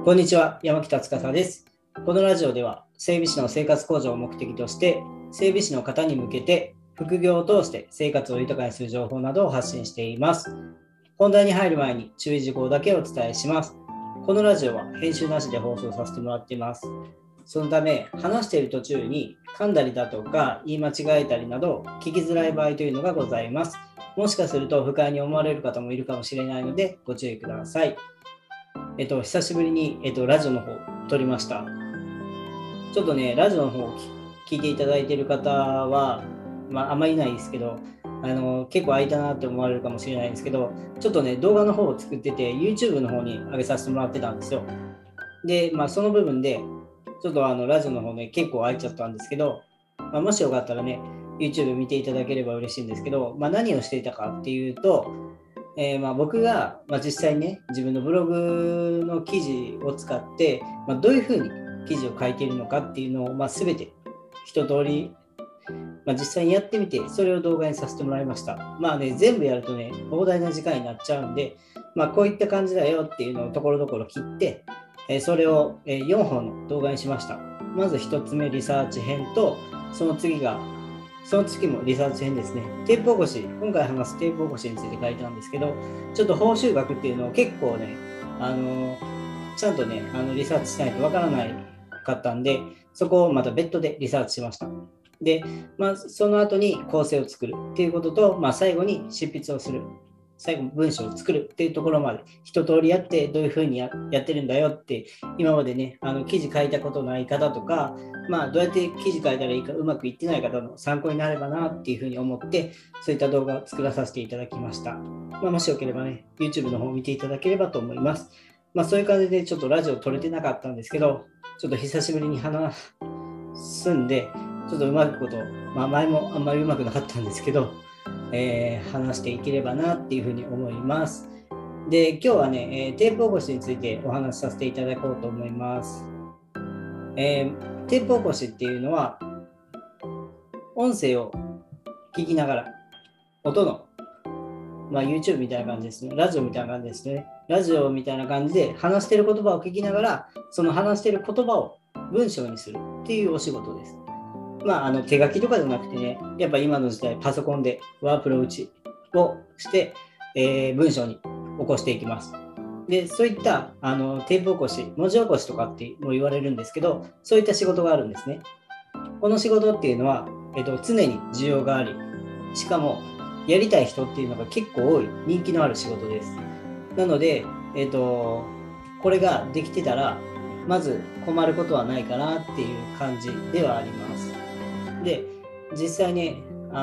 こんにちは、山北司です。このラジオでは、整備士の生活向上を目的として、整備士の方に向けて、副業を通して生活を豊かにする情報などを発信しています。本題に入る前に注意事項だけお伝えします。このラジオは編集なしで放送させてもらっています。そのため、話している途中に噛んだりだとか言い間違えたりなど聞きづらい場合というのがございます。もしかすると不快に思われる方もいるかもしれないのでご注意ください。久しぶりに、ラジオの方撮りました。ちょっとね、ラジオの方を聞いていただいている方は、あんまりいないですけど、結構空いたなって思われるかもしれないんですけど、ちょっとね、動画の方を作ってて、YouTube の方に上げさせてもらってたんですよ。で、その部分で、ちょっとラジオの方ね、結構空いちゃったんですけど、もしよかったらね、YouTube 見ていただければ嬉しいんですけど、何をしていたかっていうと、僕が、実際にね、自分のブログの記事を使って、どういうふうに記事を書いているのかっていうのを、全て一通り、実際にやってみて、それを動画にさせてもらいました。全部やるとね、膨大な時間になっちゃうんで、こういった感じだよっていうのをところどころ切って、それを4本の動画にしました。まず1つ目、リサーチ編と、その次もリサーチ編ですね。テープ起こし、今回話すテープ起こしについて書いたんですけど、ちょっと報酬額っていうのを結構ね、ちゃんとね、リサーチしないとわからないかったんで、そこをまた別途でリサーチしました。で、その後に構成を作るっていうことと、最後に執筆をする。最後文章を作るっていうところまで一通りやってどういうふうに やってるんだよって今までね記事書いたことない方とかどうやって記事書いたらいいかうまくいってない方の参考になればなっていうふうに思ってそういった動画を作らさせていただきました。もしよければね YouTube の方を見ていただければと思います。そういう感じでちょっとラジオ撮れてなかったんですけどちょっと久しぶりに話すんでちょっとうまくこと、前もあんまりうまくなかったんですけど話していければなっていうふうに思います。で、今日はね、テープ起こしについてお話しさせていただこうと思います。テープ起こしっていうのは、音声を聞きながら、音の、YouTube みたいな感じですね。ラジオみたいな感じですね。ラジオみたいな感じで話してる言葉を聞きながら、その話してる言葉を文章にするっていうお仕事です。手書きとかじゃなくてね、やっぱ今の時代パソコンでワープロ打ちをして、文章に起こしていきます。で、そういったテープ起こし、文字起こしとかっても言われるんですけど、そういった仕事があるんですね。この仕事っていうのは、常に需要があり、しかもやりたい人っていうのが結構多い、人気のある仕事です。なので、これができてたら、まず困ることはないかなっていう感じではあります。で、実際ね、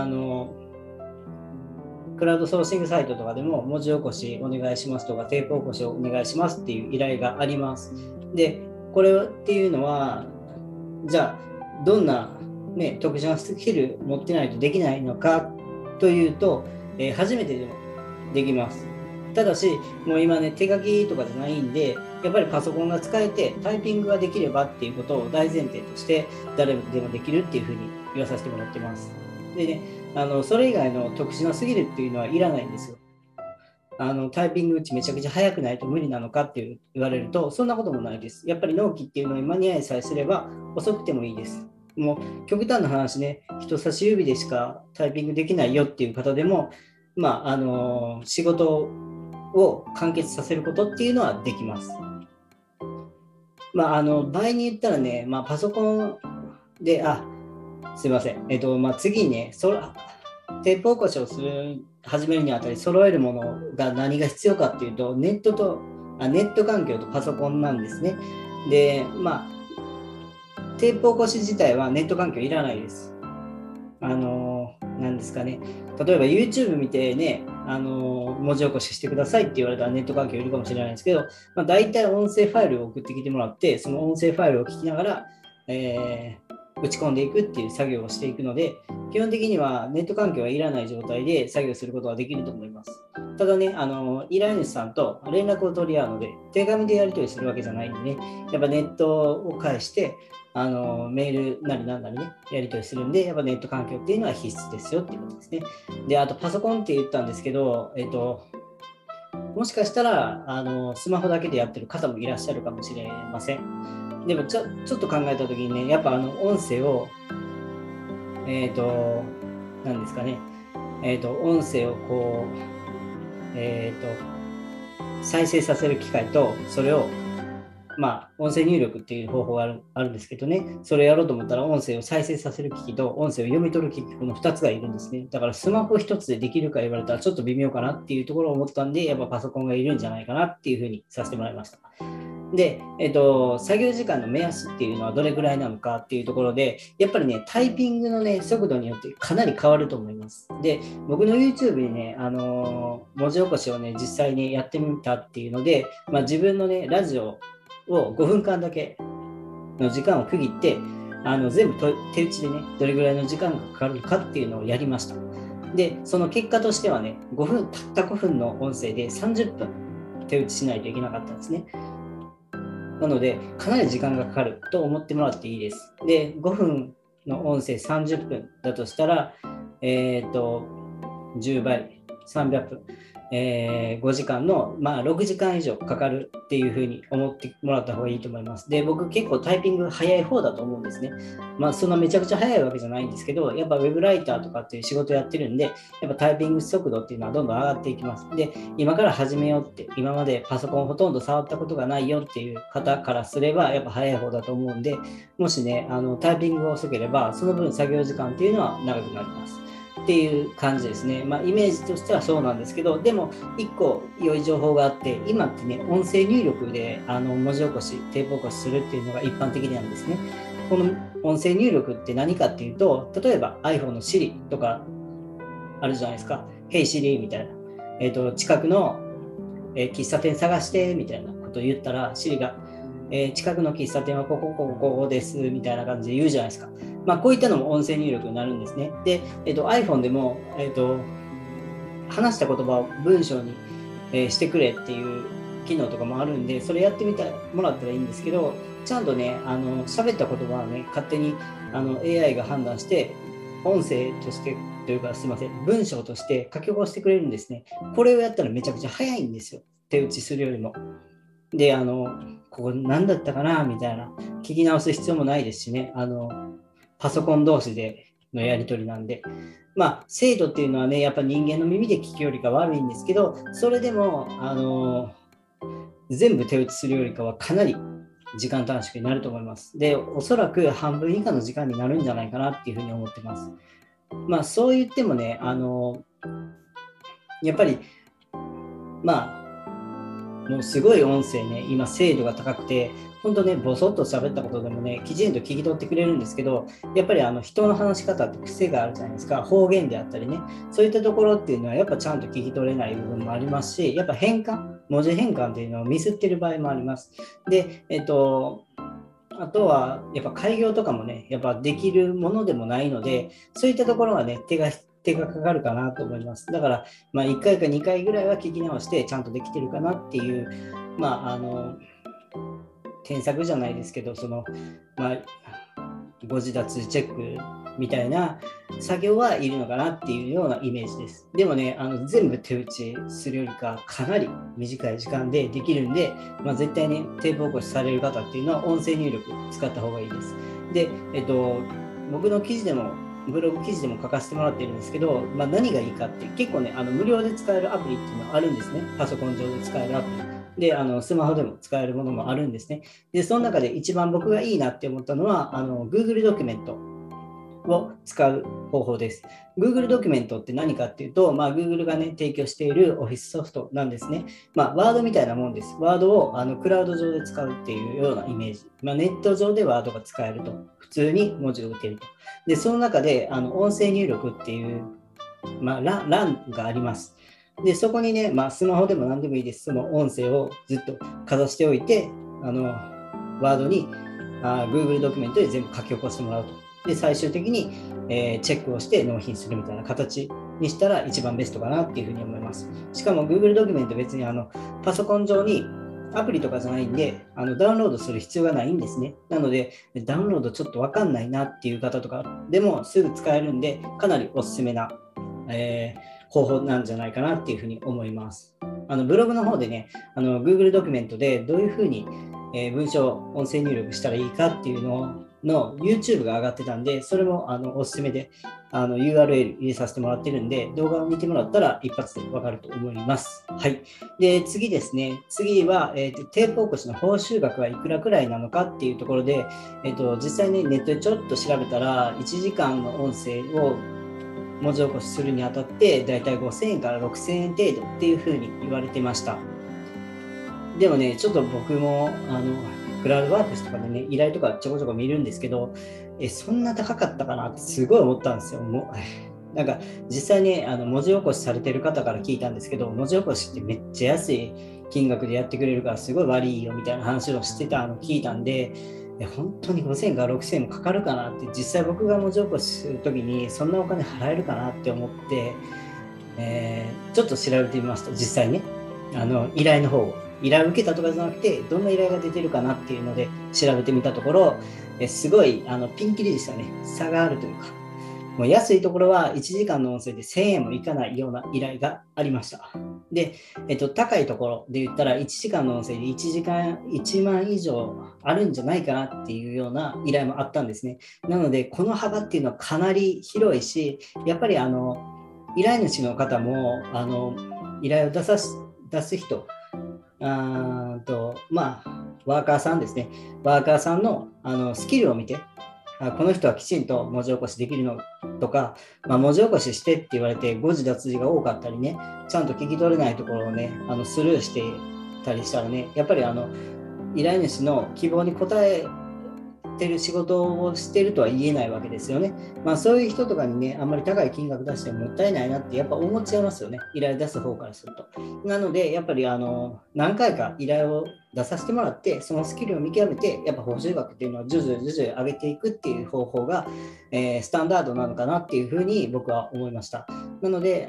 クラウドソーシングサイトとかでも文字起こしお願いしますとかテープ起こしをお願いしますっていう依頼があります。で、これっていうのは、じゃあ、どんな、特殊なスキル持ってないとできないのかというと、初めてでもできます。ただし、もう今ね、手書きとかじゃないんで、やっぱりパソコンが使えてタイピングができればっていうことを大前提として、誰でもできるっていうふうに言わさせてもらってます。でね、それ以外の特殊なスキルっていうのはいらないんですよ。タイピング打ちめちゃくちゃ速くないと無理なのかって言われると、そんなこともないです。やっぱり納期っていうのに間に合いさえすれば遅くてもいいです。もう極端な話ね、人差し指でしかタイピングできないよっていう方でも、仕事を完結させることっていうのはできます。場合に言ったらね、パソコンで、すいません。次にね、テープ起こしを始めるにあたり揃えるものが何が必要かっていうと、ネット環境とパソコンなんですね。で、テープ起こし自体はネット環境いらないです。なんですかね。例えば YouTube 見てね、文字起こししてくださいって言われたらネット環境いるかもしれないんですけど、大体音声ファイルを送ってきてもらって、その音声ファイルを聞きながら、打ち込んでいくっていう作業をしていくので、基本的にはネット環境はいらない状態で作業することはできると思います。ただね、依頼主さんと連絡を取り合うので、手紙でやり取りするわけじゃないんでね、やっぱネットを介して、メールなりなんなりね、やり取りするんで、やっぱネット環境っていうのは必須ですよっていうことですね。で、あとパソコンって言ったんですけど、 もしかしたらスマホだけでやってる方もいらっしゃるかもしれません。でもちょっと考えた時にね、やっぱ音声を何ですかね、音声をこう、再生させる機械と、それを音声入力っていう方法があるんですけどね、それをやろうと思ったら音声を再生させる機器と音声を読み取る機器、この2つがいるんですね。だからスマホ1つでできるか言われたらちょっと微妙かなっていうところを思ったんで、やっぱパソコンがいるんじゃないかなっていうふうにさせてもらいました。で、作業時間の目安っていうのはどれぐらいなのかっていうところで、やっぱりね、タイピングのね、速度によってかなり変わると思います。で、僕の YouTube にね、文字起こしをね、実際にやってみたっていうので、自分のね、ラジオを5分間だけの時間を区切って全部手打ちでねどれぐらいの時間がかかるかっていうのをやりました。でその結果としてはねたった5分の音声で30分手打ちしないといけなかったんですね。なのでかなり時間がかかると思ってもらっていいです。で5分の音声30分だとしたら10倍300分5時間の、6時間以上かかるっていうふうに思ってもらった方がいいと思います。で、僕結構タイピング早い方だと思うんですね。そんなめちゃくちゃ早いわけじゃないんですけど、やっぱウェブライターとかっていう仕事やってるんで、やっぱタイピング速度っていうのはどんどん上がっていきます。で、今から始めようって、今までパソコンほとんど触ったことがないよっていう方からすれば、やっぱ早い方だと思うんで、もしね、タイピングが遅ければ、その分作業時間っていうのは長くなります。っていう感じですね。イメージとしてはそうなんですけど、でも1個良い情報があって、今ってね、音声入力で文字起こし、テープ起こしするっていうのが一般的なんですね。この音声入力って何かっていうと、例えば iPhone の Siri とかあるじゃないですか。Hey Siri みたいな。近くの、喫茶店探してみたいなことを言ったら、Siri が、近くの喫茶店はここですみたいな感じで言うじゃないですか。こういったのも音声入力になるんですね。で、iPhone でも、話した言葉を文章に、してくれっていう機能とかもあるんで、それやってみてもらったらいいんですけど、ちゃんとね、喋った言葉はね、勝手にAI が判断して、音声としてというか、すみません、文章として書き起こしてくれるんですね。これをやったらめちゃくちゃ早いんですよ。手打ちするよりも。で、ここ何だったかなみたいな、聞き直す必要もないですしね。パソコン同士でのやり取りなんで、精度っていうのはね、やっぱ人間の耳で聞くよりか悪いんですけど、それでも、全部手打ちするよりかはかなり時間短縮になると思います。で、おそらく半分以下の時間になるんじゃないかなっていうふうに思ってます。そう言ってもね、やっぱり、もうすごい音声ね、今精度が高くて、本当ね、ボソッと喋ったことでもね、きちんと聞き取ってくれるんですけど、やっぱり人の話し方って癖があるじゃないですか、方言であったりね、そういったところっていうのはやっぱちゃんと聞き取れない部分もありますし、やっぱ文字変換っていうのをミスってる場合もあります。で、あとはやっぱ開業とかもね、やっぱできるものでもないので、そういったところはね、手がかかるかなと思います。だから、1回か2回ぐらいは聞き直して、ちゃんとできてるかなっていう、添削じゃないですけど、ご自立チェックみたいな作業はいるのかなっていうようなイメージです。でもね、全部手打ちするよりかかなり短い時間でできるんで、絶対ね、テープ起こしされる方っていうのは音声入力使った方がいいです。で、僕の記事でもブログ記事でも書かせてもらってるんですけど、何がいいかって結構ね無料で使えるアプリっていうのがあるんですね。パソコン上で使えるアプリでスマホでも使えるものもあるんですね。でその中で一番僕がいいなって思ったのはGoogle ドキュメントを使う方法です。Google ドキュメントって何かっていうと、Google がね、提供しているオフィスソフトなんですね。Word みたいなもんです。Word をクラウド上で使うっていうようなイメージ。ネット上で Word が使えると。普通に文字を打てると。で、その中で音声入力っていう、欄があります。で、そこにね、スマホでも何でもいいです。その音声をずっとかざしておいて、Word にGoogle ドキュメントで全部書き起こしてもらうと。で、最終的に、チェックをして納品するみたいな形にしたら一番ベストかなっていうふうに思います。しかも Google ドキュメント別にパソコン上にアプリとかじゃないんで、ダウンロードする必要がないんですね。なので、ダウンロードちょっとわかんないなっていう方とかでもすぐ使えるんで、かなりおすすめな、方法なんじゃないかなっていうふうに思います。 ブログの方でね、Google ドキュメントでどういうふうに、文章、音声入力したらいいかっていうの YouTube が上がってたんで、それもおすすめでURL 入れさせてもらってるんで、動画を見てもらったら一発でわかると思います。はい。で、次ですね。次は、テープ起こしの報酬額はいくらくらいなのかっていうところで、実際にネットでちょっと調べたら、1時間の音声を文字起こしするにあたって、だいたい5000円から6000円程度っていうふうに言われてました。でもね、ちょっと僕も、クラウドワークスとかでね、依頼とかちょこちょこ見るんですけど、そんな高かったかなってすごい思ったんですよ。なんか実際ね、文字起こしされてる方から聞いたんですけど、文字起こしってめっちゃ安い金額でやってくれるからすごい悪いよみたいな話をしてたのを聞いたんで、本当に5000円から6000円もかかるかなって、実際僕が文字起こしするときにそんなお金払えるかなって思って、ちょっと調べてみました。実際ね、依頼の方を。依頼を受けたとかじゃなくて、どんな依頼が出てるかなっていうので調べてみたところ、すごいピンキリでしたね。差があるというか。もう安いところは1時間の音声で1000円もいかないような依頼がありました。で、高いところで言ったら1時間の音声で1時間1万以上あるんじゃないかなっていうような依頼もあったんですね。なので、この幅っていうのはかなり広いし、やっぱり依頼主の方も依頼を出す人、ワーカーさんですね。ワーカーさんのスキルを見て、この人はきちんと文字起こしできるのとか、文字起こししてって言われて誤字脱字が多かったりね、ちゃんと聞き取れないところをね、スルーしてたりしたらね、やっぱり依頼主の希望に応えてる仕事をしてるとは言えないわけですよね。そういう人とかにね、あんまり高い金額出してももったいないなってやっぱ思っちゃいますよね。依頼出す方からすると。なので、やっぱり何回か依頼を出させてもらって、そのスキルを見極めて、やっぱ報酬額っていうのを徐々に上げていくっていう方法が、スタンダードなのかなっていうふうに僕は思いました。なので、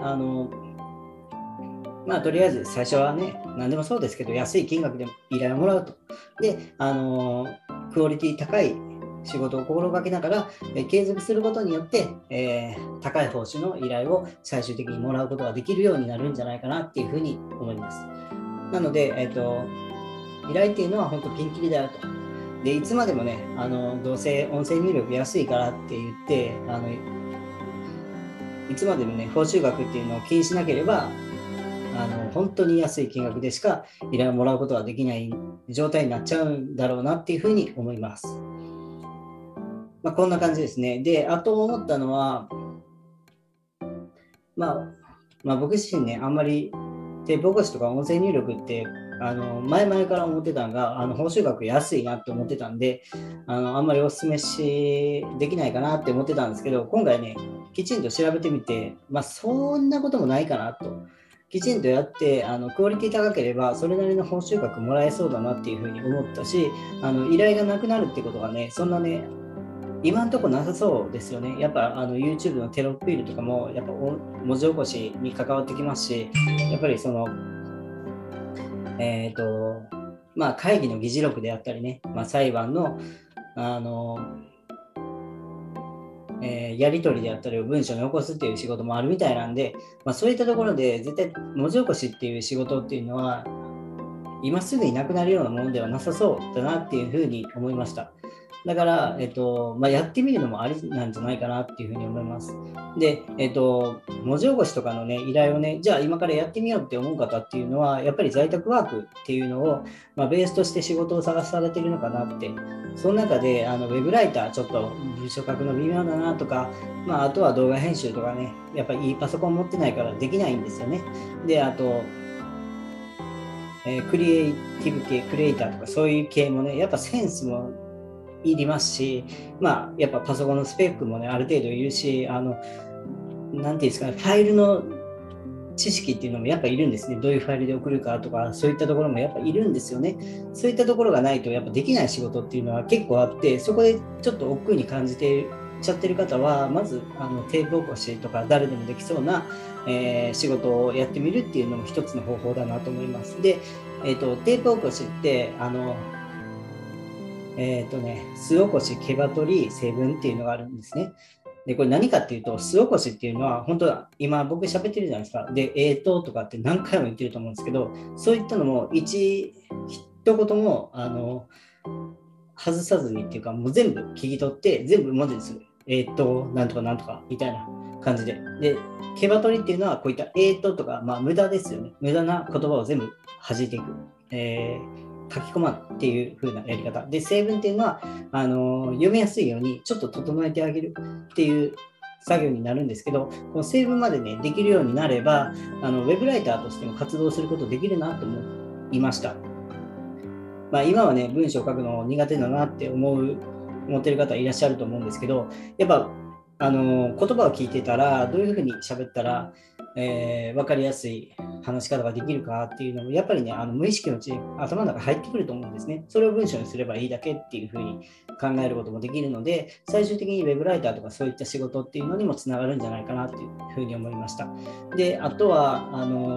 とりあえず最初はね、何でもそうですけど、安い金額で依頼をもらうと。で、クオリティ高い仕事を心がけながら、継続することによって、高い報酬の依頼を最終的にもらうことができるようになるんじゃないかなっていうふうに思います。なので、依頼っていうのは本当ピンキリだよと。で、いつまでもね、どうせ音声入力安いからって言って、いつまでもね、報酬額っていうのを気にしなければ、本当に安い金額でしか依頼をもらうことができない状態になっちゃうんだろうなっていうふうに思います。こんな感じですね。で、あと思ったのは、僕自身ね、あんまりテープ起こしとか音声入力って前々から思ってたのが報酬額安いなって思ってたんであんまりお勧めできないかなって思ってたんですけど、今回ねきちんと調べてみて、そんなこともないかなと。きちんとやってクオリティ高ければそれなりの報酬額もらえそうだなっていうふうに思ったし、依頼がなくなるってことがねそんなね今んとこなさそうですよね。やっぱYouTube のテロップィールとかもやっぱ文字起こしに関わってきますし、やっぱりその会議の議事録であったりね、裁判のやり取りであったりを文章に起こすっていう仕事もあるみたいなんで、そういったところで絶対文字起こしっていう仕事っていうのは今すぐになくなるようなものではなさそうだなっていうふうに思いました。だから、やってみるのもありなんじゃないかなっていうふうに思います。で、文字起こしとかのね、依頼をね、じゃあ今からやってみようって思う方っていうのは、やっぱり在宅ワークっていうのを、ベースとして仕事を探されているのかなって。その中で、ウェブライター、ちょっと文章書くの微妙だなとか、あとは動画編集とかね、やっぱりいいパソコン持ってないからできないんですよね。で、あと、クリエイティブ系、クリエイターとかそういう系もね、やっぱセンスもいりますし、やっぱパソコンのスペックもね、ある程度いるし、なんていうんですかね、ファイルの知識っていうのもやっぱいるんですね。どういうファイルで送るかとか、そういったところもやっぱいるんですよね。そういったところがないと、やっぱできない仕事っていうのは結構あって、そこでちょっと億劫に感じてちゃってる方は、まずテープ起こしとか誰でもできそうな、仕事をやってみるっていうのも一つの方法だなと思います。で、テープ起こしって巣起こし、毛羽取り、成分っていうのがあるんですね。 で、これ何かっていうと、巣起こしっていうのは、本当は今僕喋ってるじゃないですか。で、とかって何回も言ってると思うんですけど、そういったのも一言も外さずにっていうか、もう全部聞き取って、全部文字にする。なんとかなんとかみたいな感じで。で、毛羽取りっていうのは、こういったとか、無駄ですよね。無駄な言葉を全部弾いていく。書き込まんっていう風なやり方で、成文っていうのは読みやすいようにちょっと整えてあげるっていう作業になるんですけど、この成文までねできるようになればウェブライターとしても活動することできるなと思いました。今はね文章を書くの苦手だなって思ってる方いらっしゃると思うんですけど、やっぱ言葉を聞いてたらどういうふうに喋ったら分かりやすい話し方ができるかっていうのもやっぱりね無意識のうちに頭の中入ってくると思うんですね。それを文章にすればいいだけっていうふうに考えることもできるので、最終的にウェブライターとかそういった仕事っていうのにもつながるんじゃないかなっていうふうに思いました。で、あとは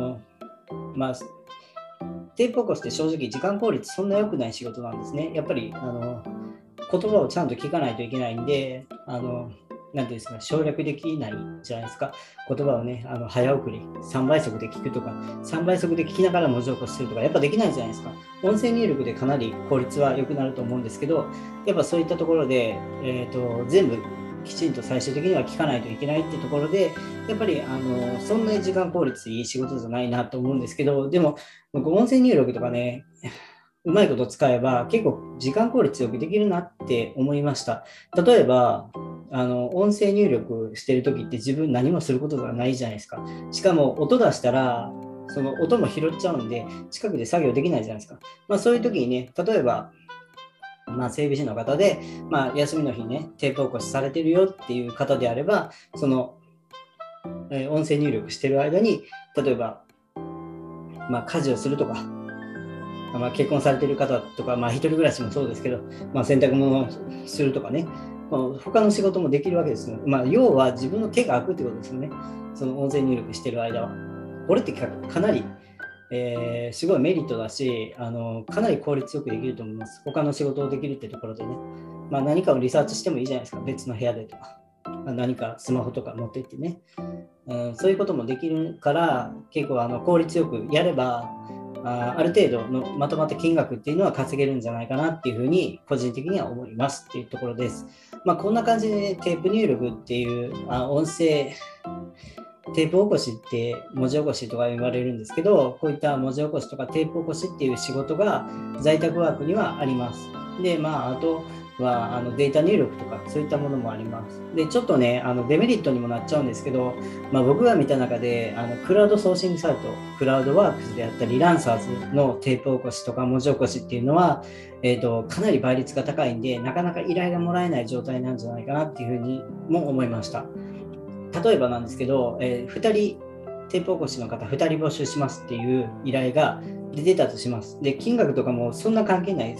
テープ起こしって正直時間効率そんな良くない仕事なんですね。やっぱり言葉をちゃんと聞かないといけないんで、なんていうんですか、省略できないじゃないですか。言葉をね、早送り、3倍速で聞くとか、3倍速で聞きながら文字起こしするとか、やっぱできないじゃないですか。音声入力でかなり効率は良くなると思うんですけど、やっぱそういったところで、全部きちんと最終的には聞かないといけないってところで、やっぱりそんなに時間効率いい仕事じゃないなと思うんですけど、でも、僕、音声入力とかね、うまいこと使えば結構時間効率よくできるなって思いました。例えば、音声入力してる時って自分何もすることがないじゃないですか。しかも音出したら、その音も拾っちゃうんで、近くで作業できないじゃないですか。そういう時にね、例えば、整備士の方で、休みの日ね、テープ起こしされてるよっていう方であれば、その、音声入力してる間に、例えば、家事をするとか、結婚されている方とか、一人暮らしもそうですけど、洗濯物をするとかね、他の仕事もできるわけですよ。要は自分の手が空くってことですよね。その音声入力している間は。これってかなり、すごいメリットだし、かなり効率よくできると思います。他の仕事をできるってところでね。何かをリサーチしてもいいじゃないですか。別の部屋でとか。何かスマホとか持って行ってね。そういうこともできるから、結構効率よくやれば、ある程度のまとまった金額っていうのは稼げるんじゃないかなっていうふうに個人的には思いますっていうところです。こんな感じでテープ入力っていう音声テープ起こしって文字起こしとか言われるんですけど、こういった文字起こしとかテープ起こしっていう仕事が在宅ワークにはあります。で、あとはデータ入力とかそういったものもあります。で、ちょっとね、デメリットにもなっちゃうんですけど、僕が見た中でクラウドソーシングサイト、クラウドワークスであったり、ランサーズのテープ起こしとか文字起こしっていうのは、かなり倍率が高いんで、なかなか依頼がもらえない状態なんじゃないかなっていうふうにも思いました。例えばなんですけど、2人テープ起こしの方2人募集しますっていう依頼が出たとします。で、金額とかもそんな関係ないです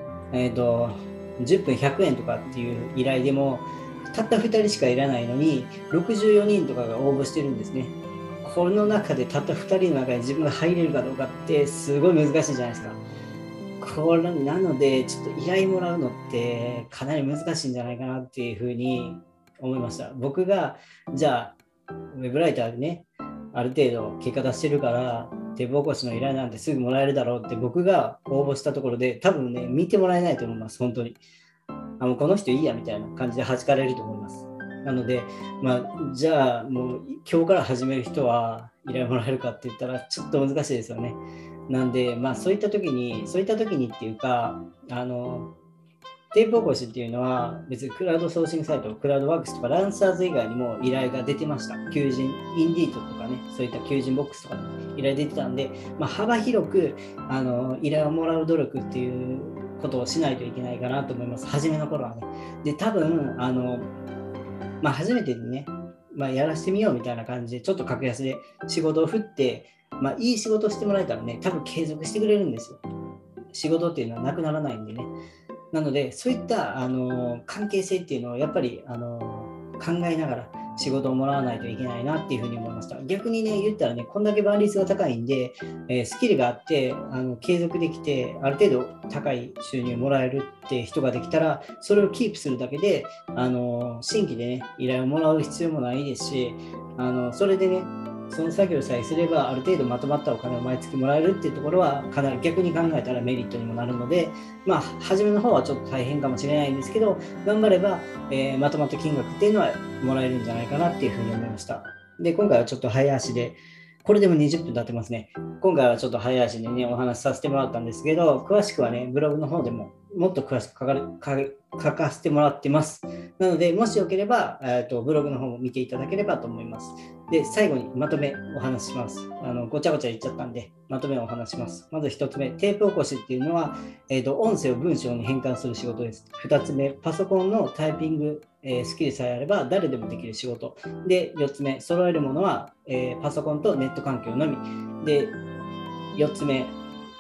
。10分100円とかっていう依頼でも、たった2人しかいらないのに、64人とかが応募してるんですね。この中でたった2人の中に自分が入れるかどうかってすごい難しいじゃないですか。これなので、ちょっと依頼もらうのってかなり難しいんじゃないかなっていうふうに思いました。僕がじゃあウェブライターでねある程度結果出してるからテープ起こしの依頼なんてすぐもらえるだろうって僕が応募したところで多分ね見てもらえないと思います。本当にもうこの人いいやみたいな感じで弾かれると思います。なので、じゃあもう今日から始める人は依頼もらえるかって言ったらちょっと難しいですよね。なんで、そういった時にっていうか、テープ起こしっていうのは別にクラウドソーシングサイト、クラウドワークスとかランサーズ以外にも依頼が出てました。求人、インディートとかね、そういった求人ボックスとかで依頼出てたんで、幅広く依頼をもらう努力っていうことをしないといけないかなと思います。初めの頃はね。で、多分、初めてね、やらせてみようみたいな感じで、ちょっと格安で仕事を振って、いい仕事してもらえたらね、多分継続してくれるんですよ。仕事っていうのはなくならないんでね。なので、そういった関係性っていうのをやっぱり考えながら仕事をもらわないといけないなっていうふうに思いました。逆にね、言ったらね、こんだけ倍率が高いんで、スキルがあって継続できて、ある程度高い収入をもらえるって人ができたら、それをキープするだけで、新規でね、依頼をもらう必要もないですし、それでね、その作業さえすればある程度まとまったお金を毎月もらえるっていうところはかなり逆に考えたらメリットにもなるので、初めの方はちょっと大変かもしれないんですけど、頑張れば、まとまった金額っていうのはもらえるんじゃないかなっていうふうに思いました。で、今回はちょっと早足で、これでも20分経ってますね。今回はちょっと早足でね、お話しさせてもらったんですけど、詳しくはね、ブログの方でももっと詳しく書かせてもらってます。なので、もしよければ、ブログの方も見ていただければと思います。で、最後にまとめお話しします。ごちゃごちゃ言っちゃったんで、まとめをお話します。まず1つ目、テープ起こしっていうのは、音声を文章に変換する仕事です。2つ目、パソコンのタイピング、スキルさえあれば誰でもできる仕事。で、4つ目、揃えるものは、パソコンとネット環境のみ。で、4つ目、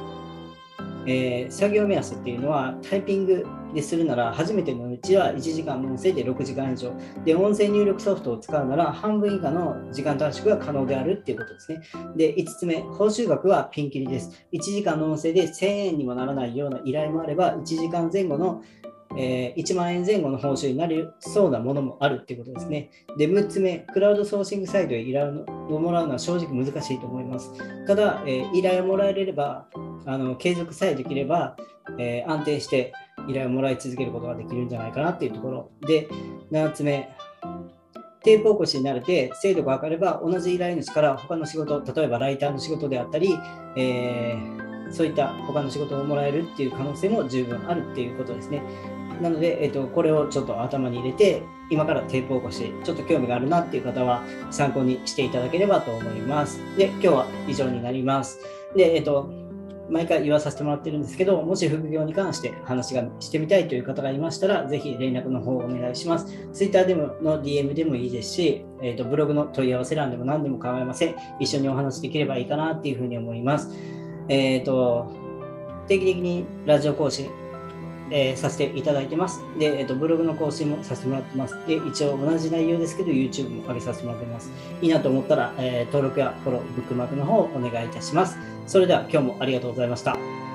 作業目安っていうのはタイピングでするなら初めてのうちは1時間の音声で6時間以上で、音声入力ソフトを使うなら半分以下の時間短縮が可能であるっていうことですね。で、5つ目、報酬額はピンキリです。1時間の音声で1000円にもならないような依頼もあれば、1時間前後の1万円前後の報酬になりそうなものもあるっていうことですね。で、6つ目、クラウドソーシングサイトへ依頼をもらうのは正直難しいと思います。ただ、依頼をもらえれば、継続さえできれば、安定して依頼をもらい続けることができるんじゃないかなっていうところで、7つ目、テープ起こしに慣れて精度が上がれば同じ依頼主から他の仕事、例えばライターの仕事であったり、そういった他の仕事をもらえるっていう可能性も十分あるっていうことですね。なので、これをちょっと頭に入れて、今からテープ起こし、ちょっと興味があるなっていう方は参考にしていただければと思います。で、今日は以上になります。で、毎回言わさせてもらってるんですけど、もし副業に関して話がしてみたいという方がいましたら、ぜひ連絡の方をお願いします。Twitter でもの DM でもいいですし、ブログの問い合わせ欄でも何でも構いません。一緒にお話できればいいかなっていうふうに思います。定期的にラジオ更新、させていただいてます。で、ブログの更新もさせてもらってます。で、一応同じ内容ですけど、YouTube も上げさせてもらってます。いいなと思ったら、登録やフォロー、ブックマークの方をお願いいたします。それでは今日もありがとうございました。